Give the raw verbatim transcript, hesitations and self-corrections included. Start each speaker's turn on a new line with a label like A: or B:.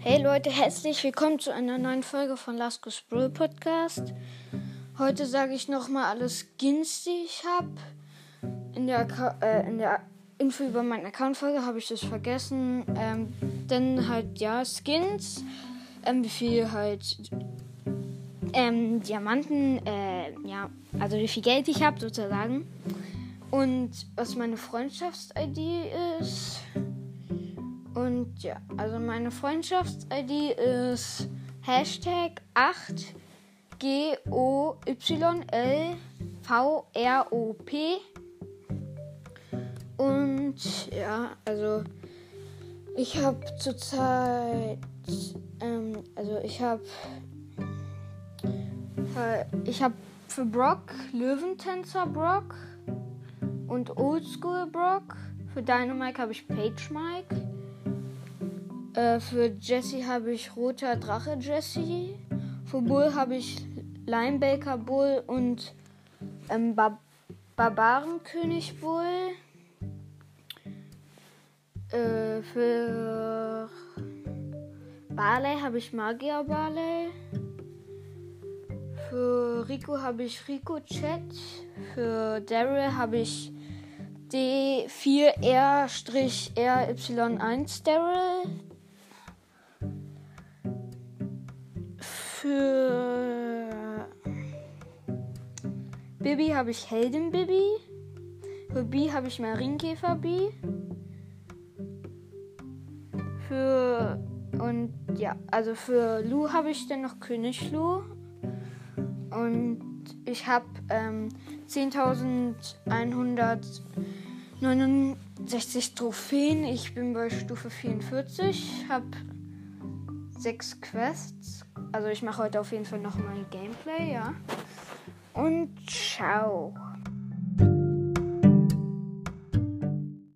A: Hey Leute, herzlich willkommen zu einer neuen Folge von Laskos Brawl Podcast. Heute sage ich nochmal alle Skins, die ich habe. In der, äh, in der Info über meinen Account-Folge habe ich das vergessen. Ähm, dann halt, ja, Skins. Ähm, wie viel halt ähm, Diamanten, äh, ja, also wie viel Geld ich habe sozusagen. Und was meine Freundschafts-I D ist. Und ja, also meine Freundschafts-I D ist Hashtag acht G O Y L V R O P. Und ja, also ich habe zurzeit, ähm, also ich habe, ich habe für Brock Löwentänzer Brock und Oldschool Brock. Für Dynamite habe ich Page Mike. Äh, für Jessie habe ich Roter Drache Jessie. Für Bull habe ich Linebacker Bull und ähm, Bar- Barbarenkönig Bull. Äh, für Barley habe ich Magier Barley. Für Rico habe ich Rico Chat. Für Daryl habe ich D vier R R Y eins Daryl. Für Bibi habe ich Helden Bibi. Für B habe ich Marienkäfer B. Für und ja, also für Lu habe ich dann noch König Lu. Und ich habe ähm, zehntausendeinhundertneunundsechzig Trophäen. Ich bin bei Stufe vierundvierzig. Habe sechs Quests. Also ich mache heute auf jeden Fall noch mal ein Gameplay, ja. Und ciao.